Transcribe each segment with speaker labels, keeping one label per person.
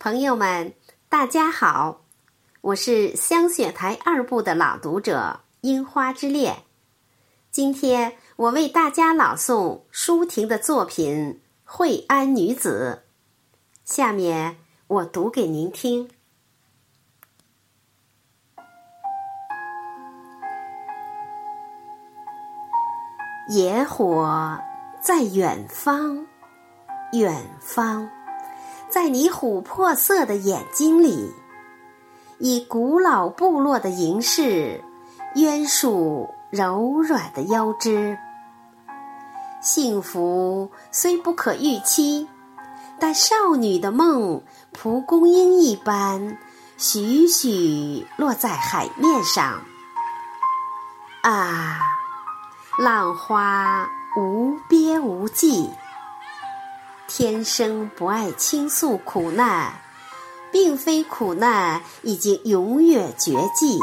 Speaker 1: 朋友们，大家好，我是香雪台2部的朗读者樱花之恋。今天我为大家朗诵舒婷的作品《惠安女子》，下面我读给您听。野火在远方，远方，在你琥珀色的眼睛里，以古老部落的银饰约束柔软的腰肢。幸福虽不可预期，但少女的梦蒲公英一般徐徐落在海面上。啊，浪花无边无际，天生不爱倾诉苦难，并非苦难已经永远绝迹。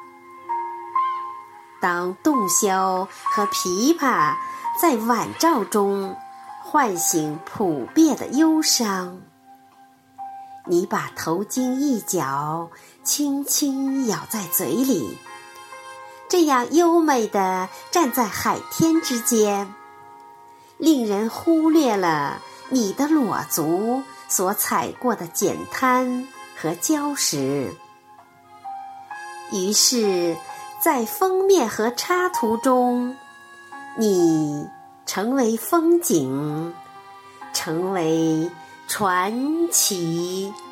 Speaker 1: 当洞箫和琵琶在晚照中唤醒普遍的忧伤，你把头巾一角轻轻咬在嘴里，这样优美地站在海天之间，令人忽略了你的裸足所踩过的碱滩和礁石。于是在封面和插图中，你成为风景，成为传奇。